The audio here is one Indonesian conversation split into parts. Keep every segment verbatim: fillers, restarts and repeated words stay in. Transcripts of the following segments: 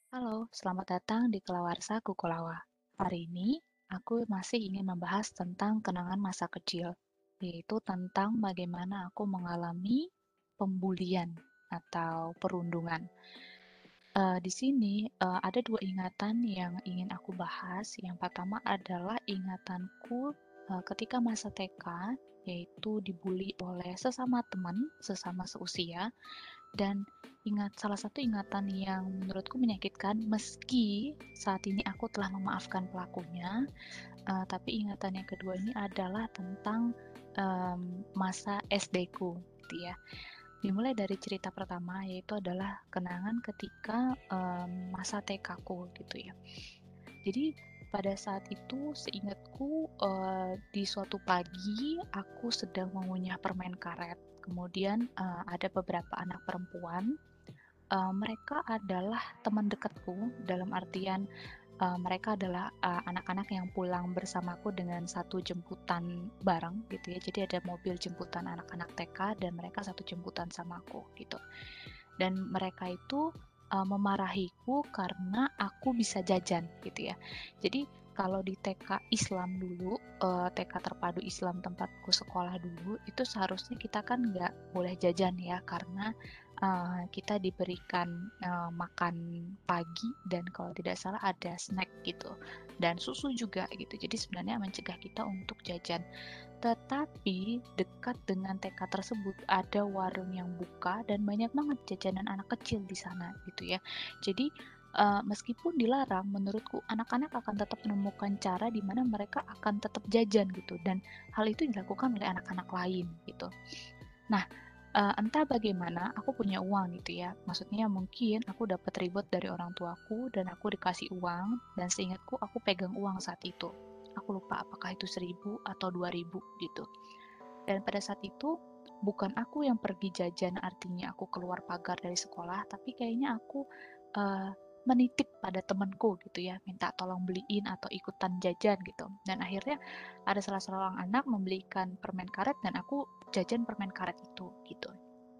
Halo, selamat datang di Kelawarsa Kukulawa. Hari ini, aku masih ingin membahas tentang kenangan masa kecil, yaitu tentang bagaimana aku mengalami pembulian atau perundungan. Eh, di sini eh, ada dua ingatan yang ingin aku bahas. Yang pertama adalah ingatanku eh, ketika masa T K, yaitu dibully oleh sesama teman, sesama seusia, dan ingat salah satu ingatan yang menurutku menyakitkan, meski saat ini aku telah memaafkan pelakunya, uh, tapi ingatan yang kedua ini adalah tentang um, masa S D-ku, gitu ya. Dimulai dari cerita pertama, yaitu adalah kenangan ketika um, masa T K-ku, gitu ya. Jadi pada saat itu seingatku uh, di suatu pagi aku sedang mengunyah permen karet. Kemudian uh, ada beberapa anak perempuan. Uh, mereka adalah teman dekatku dalam artian uh, mereka adalah uh, anak-anak yang pulang bersamaku dengan satu jemputan bareng gitu ya. Jadi ada mobil jemputan anak-anak T K dan mereka satu jemputan sama aku gitu. Dan mereka itu uh, memarahiku karena aku bisa jajan gitu ya. Jadi kalau di T K Islam dulu, uh, T K terpadu Islam tempatku sekolah dulu, itu seharusnya kita kan nggak boleh jajan ya, karena uh, kita diberikan uh, makan pagi dan kalau tidak salah ada snack gitu, dan susu juga gitu. Jadi sebenarnya mencegah kita untuk jajan. Tetapi dekat dengan T K tersebut ada warung yang buka dan banyak banget jajanan anak kecil di sana gitu ya. Jadi uh, meskipun dilarang, menurutku anak-anak akan tetap menemukan cara di mana mereka akan tetap jajan gitu, dan hal itu dilakukan oleh anak-anak lain gitu. Nah, uh, entah bagaimana aku punya uang gitu ya. Maksudnya mungkin aku dapat reward dari orang tuaku dan aku dikasih uang, dan seingatku aku pegang uang saat itu. Aku lupa apakah itu seribu atau dua ribu gitu. Dan pada saat itu bukan aku yang pergi jajan, artinya aku keluar pagar dari sekolah, tapi kayaknya aku uh, menitip pada temanku gitu ya, minta tolong beliin atau ikutan jajan gitu. Dan akhirnya ada salah seorang anak membelikan permen karet dan aku jajan permen karet itu gitu.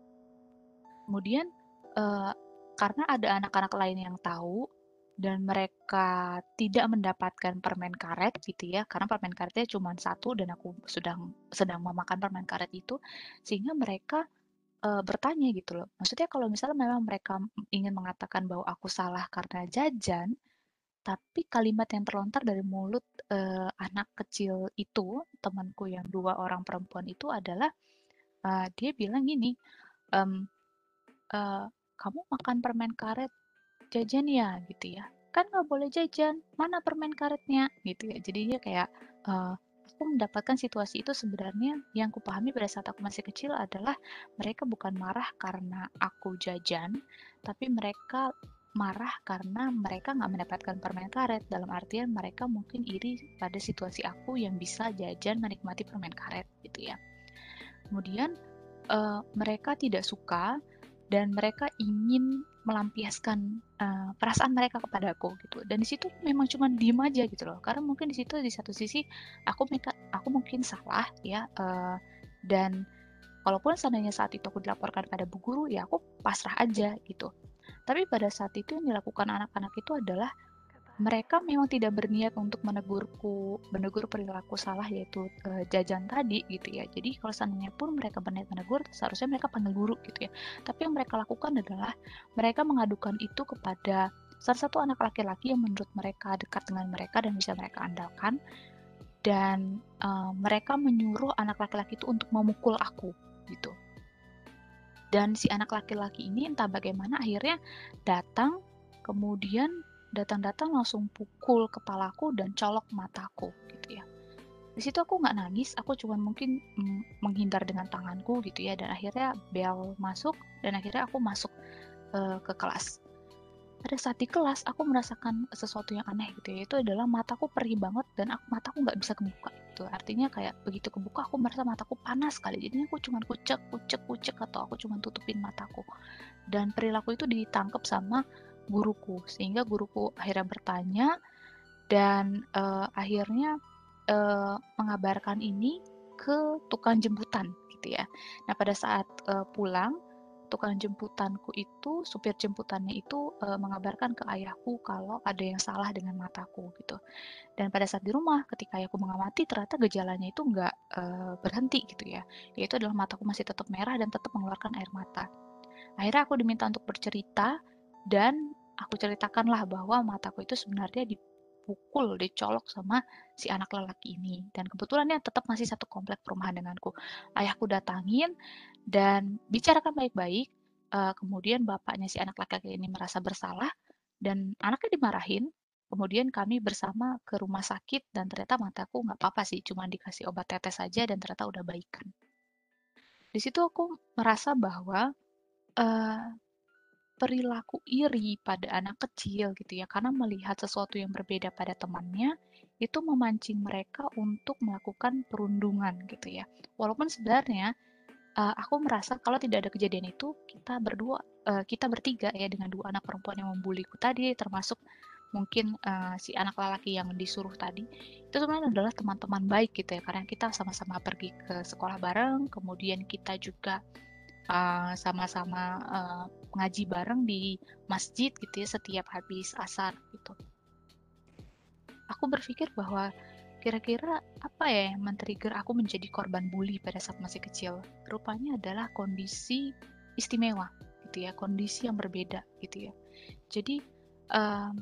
Kemudian uh, karena ada anak-anak lain yang tahu dan mereka tidak mendapatkan permen karet gitu ya, karena permen karetnya cuma satu dan aku sedang sedang memakan permen karet itu, sehingga mereka uh, bertanya gitu loh. Maksudnya kalau misalnya memang mereka ingin mengatakan bahwa aku salah karena jajan, tapi kalimat yang terlontar dari mulut uh, anak kecil itu, temanku yang dua orang perempuan itu adalah uh, dia bilang gini, um, uh, kamu makan permen karet jajan ya gitu ya, kan nggak boleh jajan, mana permen karetnya gitu ya. Jadinya kayak uh, aku mendapatkan situasi itu sebenarnya yang kupahami pada saat aku masih kecil adalah mereka bukan marah karena aku jajan, tapi mereka marah karena mereka nggak mendapatkan permen karet, dalam artian mereka mungkin iri pada situasi aku yang bisa jajan menikmati permen karet gitu ya. Kemudian uh, mereka tidak suka dan mereka ingin melampiaskan uh, perasaan mereka kepadaku gitu, dan di situ memang cuma diem aja gitu loh, karena mungkin di situ di satu sisi aku mereka aku mungkin salah ya, uh, dan kalaupun seandainya saat itu aku dilaporkan pada bu guru ya aku pasrah aja gitu. Tapi pada saat itu yang dilakukan anak-anak itu adalah mereka memang tidak berniat untuk menegurku, menegur perilaku salah yaitu uh, jajan tadi gitu ya. Jadi kalau seandainya pun mereka berniat menegur, seharusnya mereka panggil guru gitu ya. Tapi yang mereka lakukan adalah mereka mengadukan itu kepada salah satu anak laki-laki yang menurut mereka dekat dengan mereka dan bisa mereka andalkan, dan uh, mereka menyuruh anak laki-laki itu untuk memukul aku gitu. Dan si anak laki-laki ini entah bagaimana akhirnya datang, kemudian datang-datang langsung pukul kepalaku dan colok mataku gitu ya. Di situ aku nggak nangis, aku cuma mungkin mm, menghindar dengan tanganku gitu ya, dan akhirnya bel masuk dan akhirnya aku masuk uh, ke kelas. Pada saat di kelas aku merasakan sesuatu yang aneh gitu ya, itu adalah mataku perih banget dan aku, mataku nggak bisa kebuka gitu. Artinya kayak begitu kebuka aku merasa mataku panas sekali, jadinya aku cuma kucek kucek kucek atau aku cuma tutupin mataku. Dan perilaku itu ditangkap sama guruku, sehingga guruku akhirnya bertanya dan uh, akhirnya uh, mengabarkan ini ke tukang jemputan gitu ya. Nah pada saat uh, pulang tukang jemputanku itu, supir jemputannya itu, eee, mengabarkan ke ayahku kalau ada yang salah dengan mataku gitu. Dan pada saat di rumah ketika ayahku mengamati ternyata gejalanya itu nggak, eee, berhenti gitu ya, yaitu adalah mataku masih tetap merah dan tetap mengeluarkan air mata. Akhirnya aku diminta untuk bercerita dan aku ceritakanlah bahwa mataku itu sebenarnya dipukul, dicolok sama si anak lelaki ini. Dan kebetulan dia tetap masih satu komplek perumahan denganku. Ayahku datangin dan bicarakan baik-baik. Uh, kemudian bapaknya si anak laki-laki ini merasa bersalah dan anaknya dimarahin. Kemudian kami bersama ke rumah sakit dan ternyata mataku nggak apa-apa sih, cuma dikasih obat tetes saja dan ternyata udah baikan. Di situ aku merasa bahwa uh, perilaku iri pada anak kecil gitu ya, karena melihat sesuatu yang berbeda pada temannya, itu memancing mereka untuk melakukan perundungan gitu ya. Walaupun sebenarnya uh, aku merasa kalau tidak ada kejadian itu, kita berdua, uh, kita bertiga ya dengan dua anak perempuan yang membuliku tadi, termasuk mungkin uh, si anak lelaki yang disuruh tadi, itu sebenarnya adalah teman-teman baik gitu ya, karena kita sama-sama pergi ke sekolah bareng, kemudian kita juga uh, sama-sama uh, ngaji bareng di masjid gitu ya setiap habis asar gitu. Aku berpikir bahwa kira-kira apa ya yang men-trigger aku menjadi korban bully pada saat masih kecil? Rupanya adalah kondisi istimewa gitu ya, kondisi yang berbeda gitu ya. Jadi um,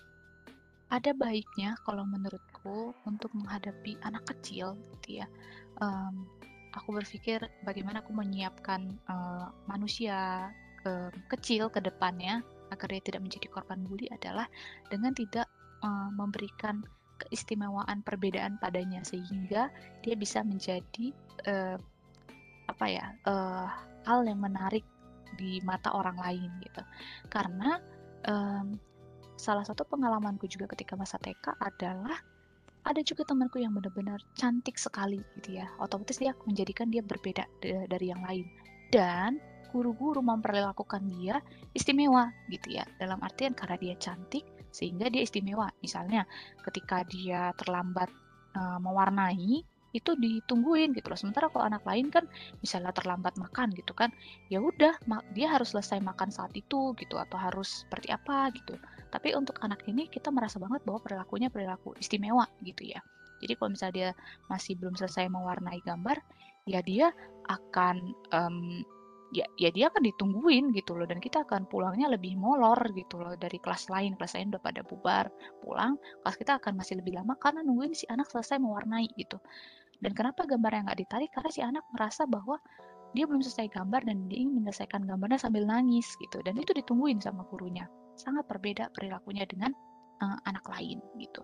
ada baiknya kalau menurutku untuk menghadapi anak kecil gitu ya. Um, aku berpikir bagaimana aku menyiapkan uh, manusia uh, kecil ke depannya agar dia tidak menjadi korban bully adalah dengan tidak uh, memberikan keistimewaan perbedaan padanya sehingga dia bisa menjadi uh, apa ya uh, hal yang menarik di mata orang lain gitu. Karena um, salah satu pengalamanku juga ketika masa T K adalah ada juga temanku yang benar-benar cantik sekali gitu ya. Otomatis dia menjadikan dia berbeda dari yang lain. Dan guru-guru memperlakukan dia istimewa gitu ya. Dalam artian karena dia cantik sehingga dia istimewa. Misalnya ketika dia terlambat uh, mewarnai itu ditungguin gitu loh. Sementara kalau anak lain kan misalnya terlambat makan gitu kan, ya udah dia harus selesai makan saat itu gitu atau harus seperti apa gitu. Tapi untuk anak ini kita merasa banget bahwa perilakunya perilaku istimewa gitu ya. Jadi kalau misalnya dia masih belum selesai mewarnai gambar, ya dia akan um, ya, ya dia akan ditungguin gitu loh dan kita akan pulangnya lebih molor gitu loh dari kelas lain. Kelas lain udah pada bubar pulang, kelas kita akan masih lebih lama karena nungguin si anak selesai mewarnai gitu. Dan kenapa gambar yang nggak ditarik? Karena si anak merasa bahwa dia belum selesai gambar dan dia ingin menyelesaikan gambarnya sambil nangis gitu. Dan itu ditungguin sama gurunya. Sangat berbeda perilakunya dengan uh, anak lain gitu.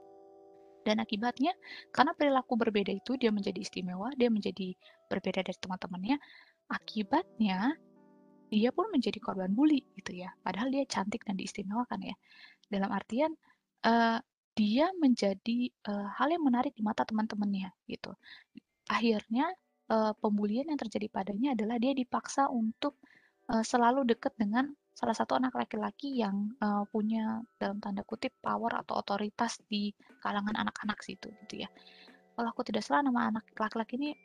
Dan akibatnya, karena perilaku berbeda itu dia menjadi istimewa, dia menjadi berbeda dari teman-temannya, akibatnya dia pun menjadi korban bully gitu ya. Padahal dia cantik dan diistimewakan ya. Dalam artian uh, dia menjadi uh, hal yang menarik di mata teman-temannya gitu. Akhirnya uh, pembulian yang terjadi padanya adalah dia dipaksa untuk uh, selalu dekat dengan salah satu anak laki-laki yang uh, punya dalam tanda kutip power atau otoritas di kalangan anak-anak situ gitu ya. Kalau aku tidak salah nama anak laki-laki ini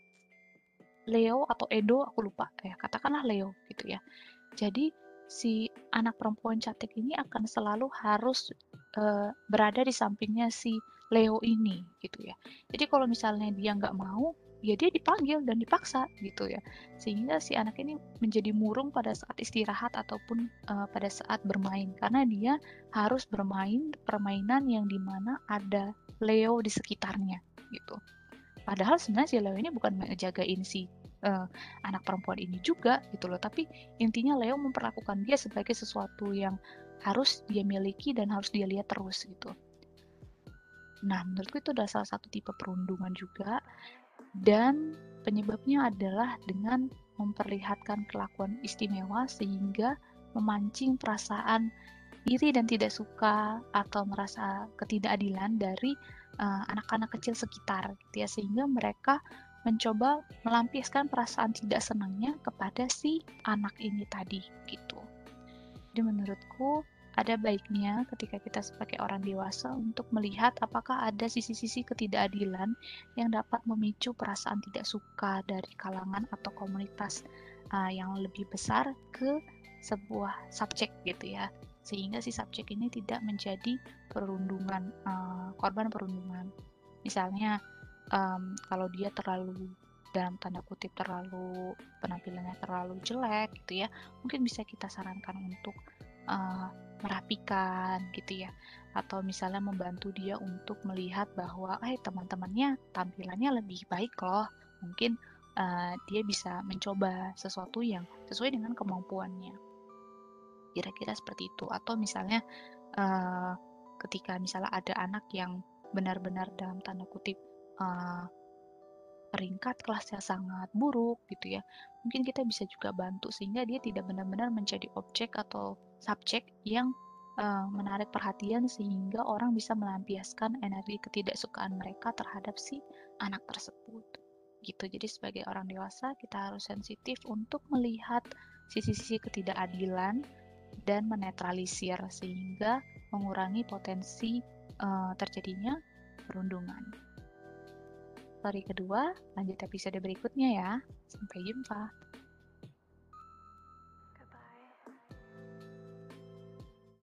Leo atau Edo, aku lupa ya, katakanlah Leo gitu ya. Jadi si anak perempuan cantik ini akan selalu harus uh, berada di sampingnya si Leo ini gitu ya. Jadi kalau misalnya dia nggak mau, ya dia dipanggil dan dipaksa gitu ya. Sehingga si anak ini menjadi murung pada saat istirahat ataupun uh, pada saat bermain karena dia harus bermain permainan yang dimana ada Leo di sekitarnya gitu. Padahal sebenarnya si Leo ini bukan ngejagain si uh, anak perempuan ini juga gitu loh, tapi intinya Leo memperlakukan dia sebagai sesuatu yang harus dia miliki dan harus dia lihat terus gitu. Nah, menurutku itu adalah salah satu tipe perundungan juga dan penyebabnya adalah dengan memperlihatkan kelakuan istimewa sehingga memancing perasaan iri dan tidak suka atau merasa ketidakadilan dari uh, anak-anak kecil sekitar gitu ya, sehingga mereka mencoba melampiaskan perasaan tidak senangnya kepada si anak ini tadi gitu. Jadi menurutku ada baiknya ketika kita sebagai orang dewasa untuk melihat apakah ada sisi-sisi ketidakadilan yang dapat memicu perasaan tidak suka dari kalangan atau komunitas uh, yang lebih besar ke sebuah subjek gitu ya, sehingga si subjek ini tidak menjadi perundungan, uh, korban perundungan. Misalnya um, kalau dia terlalu, dalam tanda kutip, terlalu penampilannya terlalu jelek gitu ya, mungkin bisa kita sarankan untuk uh, merapikan gitu ya, atau misalnya membantu dia untuk melihat bahwa eh teman-temannya tampilannya lebih baik loh, mungkin uh, dia bisa mencoba sesuatu yang sesuai dengan kemampuannya, kira-kira seperti itu. Atau misalnya uh, ketika misalnya ada anak yang benar-benar dalam tanda kutip uh, peringkat kelasnya sangat buruk gitu ya, mungkin kita bisa juga bantu sehingga dia tidak benar-benar menjadi objek atau subjek yang uh, menarik perhatian sehingga orang bisa melampiaskan energi ketidaksukaan mereka terhadap si anak tersebut gitu. Jadi sebagai orang dewasa kita harus sensitif untuk melihat sisi-sisi ketidakadilan dan menetralisir sehingga mengurangi potensi uh, terjadinya perundungan. Story kedua, lanjut episode berikutnya ya. Sampai jumpa.